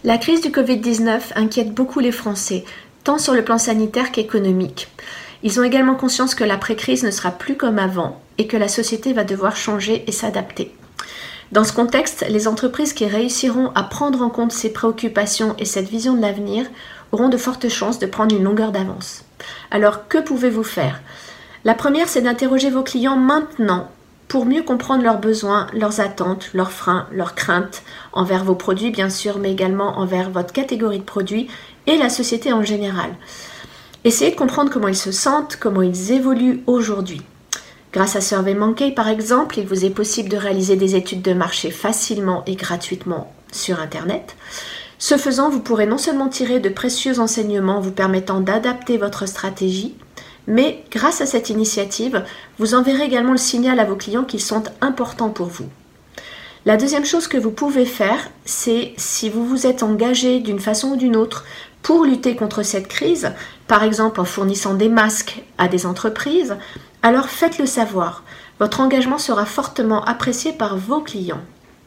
La crise du Covid-19 inquiète beaucoup les Français, tant sur le plan sanitaire qu'économique. Ils ont également conscience que l'après-crise ne sera plus comme avant et que la société va devoir changer et s'adapter. Dans ce contexte, les entreprises qui réussiront à prendre en compte ces préoccupations et cette vision de l'avenir auront de fortes chances de prendre une longueur d'avance. Alors, que pouvez-vous faire ? La première, c'est d'interroger vos clients maintenant pour mieux comprendre leurs besoins, leurs attentes, leurs freins, leurs craintes envers vos produits bien sûr, mais également envers votre catégorie de produits et la société en général. Essayez de comprendre comment ils se sentent, comment ils évoluent aujourd'hui. Grâce à SurveyMonkey par exemple, il vous est possible de réaliser des études de marché facilement et gratuitement sur Internet. Ce faisant, vous pourrez non seulement tirer de précieux enseignements vous permettant d'adapter votre stratégie, mais grâce à cette initiative, vous enverrez également le signal à vos clients qu'ils sont importants pour vous. La deuxième chose que vous pouvez faire, c'est si vous vous êtes engagé d'une façon ou d'une autre pour lutter contre cette crise, par exemple en fournissant des masques à des entreprises, alors faites-le savoir. Votre engagement sera fortement apprécié par vos clients.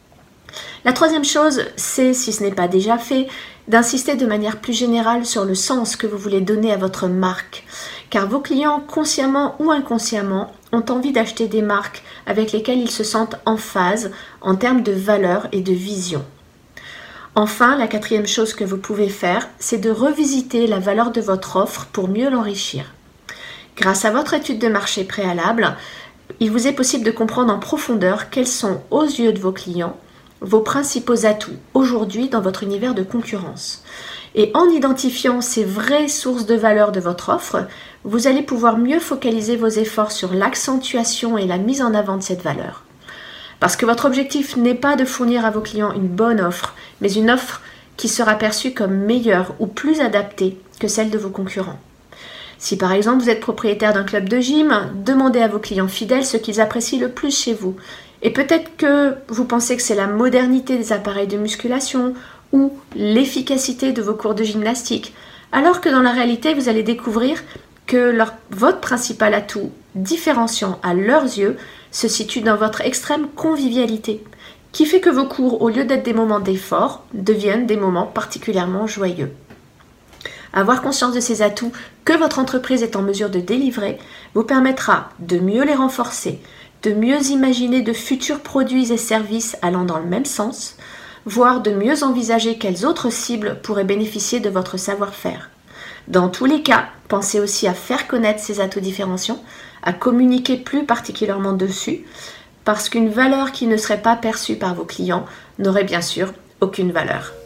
La troisième chose, c'est, si ce n'est pas déjà fait, d'insister de manière plus générale sur le sens que vous voulez donner à votre marque. Car vos clients, consciemment ou inconsciemment, ont envie d'acheter des marques avec lesquelles ils se sentent en phase en termes de valeur et de vision. Enfin, la quatrième chose que vous pouvez faire, c'est de revisiter la valeur de votre offre pour mieux l'enrichir. Grâce à votre étude de marché préalable, il vous est possible de comprendre en profondeur quels sont, aux yeux de vos clients, vos principaux atouts aujourd'hui dans votre univers de concurrence. Et en identifiant ces vraies sources de valeur de votre offre, vous allez pouvoir mieux focaliser vos efforts sur l'accentuation et la mise en avant de cette valeur. Parce que votre objectif n'est pas de fournir à vos clients une bonne offre, mais une offre qui sera perçue comme meilleure ou plus adaptée que celle de vos concurrents. Si par exemple vous êtes propriétaire d'un club de gym, demandez à vos clients fidèles ce qu'ils apprécient le plus chez vous. Et peut-être que vous pensez que c'est la modernité des appareils de musculation ou l'efficacité de vos cours de gymnastique, alors que dans la réalité, vous allez découvrir que votre principal atout différenciant à leurs yeux se situe dans votre extrême convivialité, qui fait que vos cours, au lieu d'être des moments d'effort, deviennent des moments particulièrement joyeux. Avoir conscience de ces atouts que votre entreprise est en mesure de délivrer vous permettra de mieux les renforcer, de mieux imaginer de futurs produits et services allant dans le même sens, voire de mieux envisager quelles autres cibles pourraient bénéficier de votre savoir-faire. Dans tous les cas, pensez aussi à faire connaître ces atouts différenciants, à communiquer plus particulièrement dessus, parce qu'une valeur qui ne serait pas perçue par vos clients n'aurait bien sûr aucune valeur.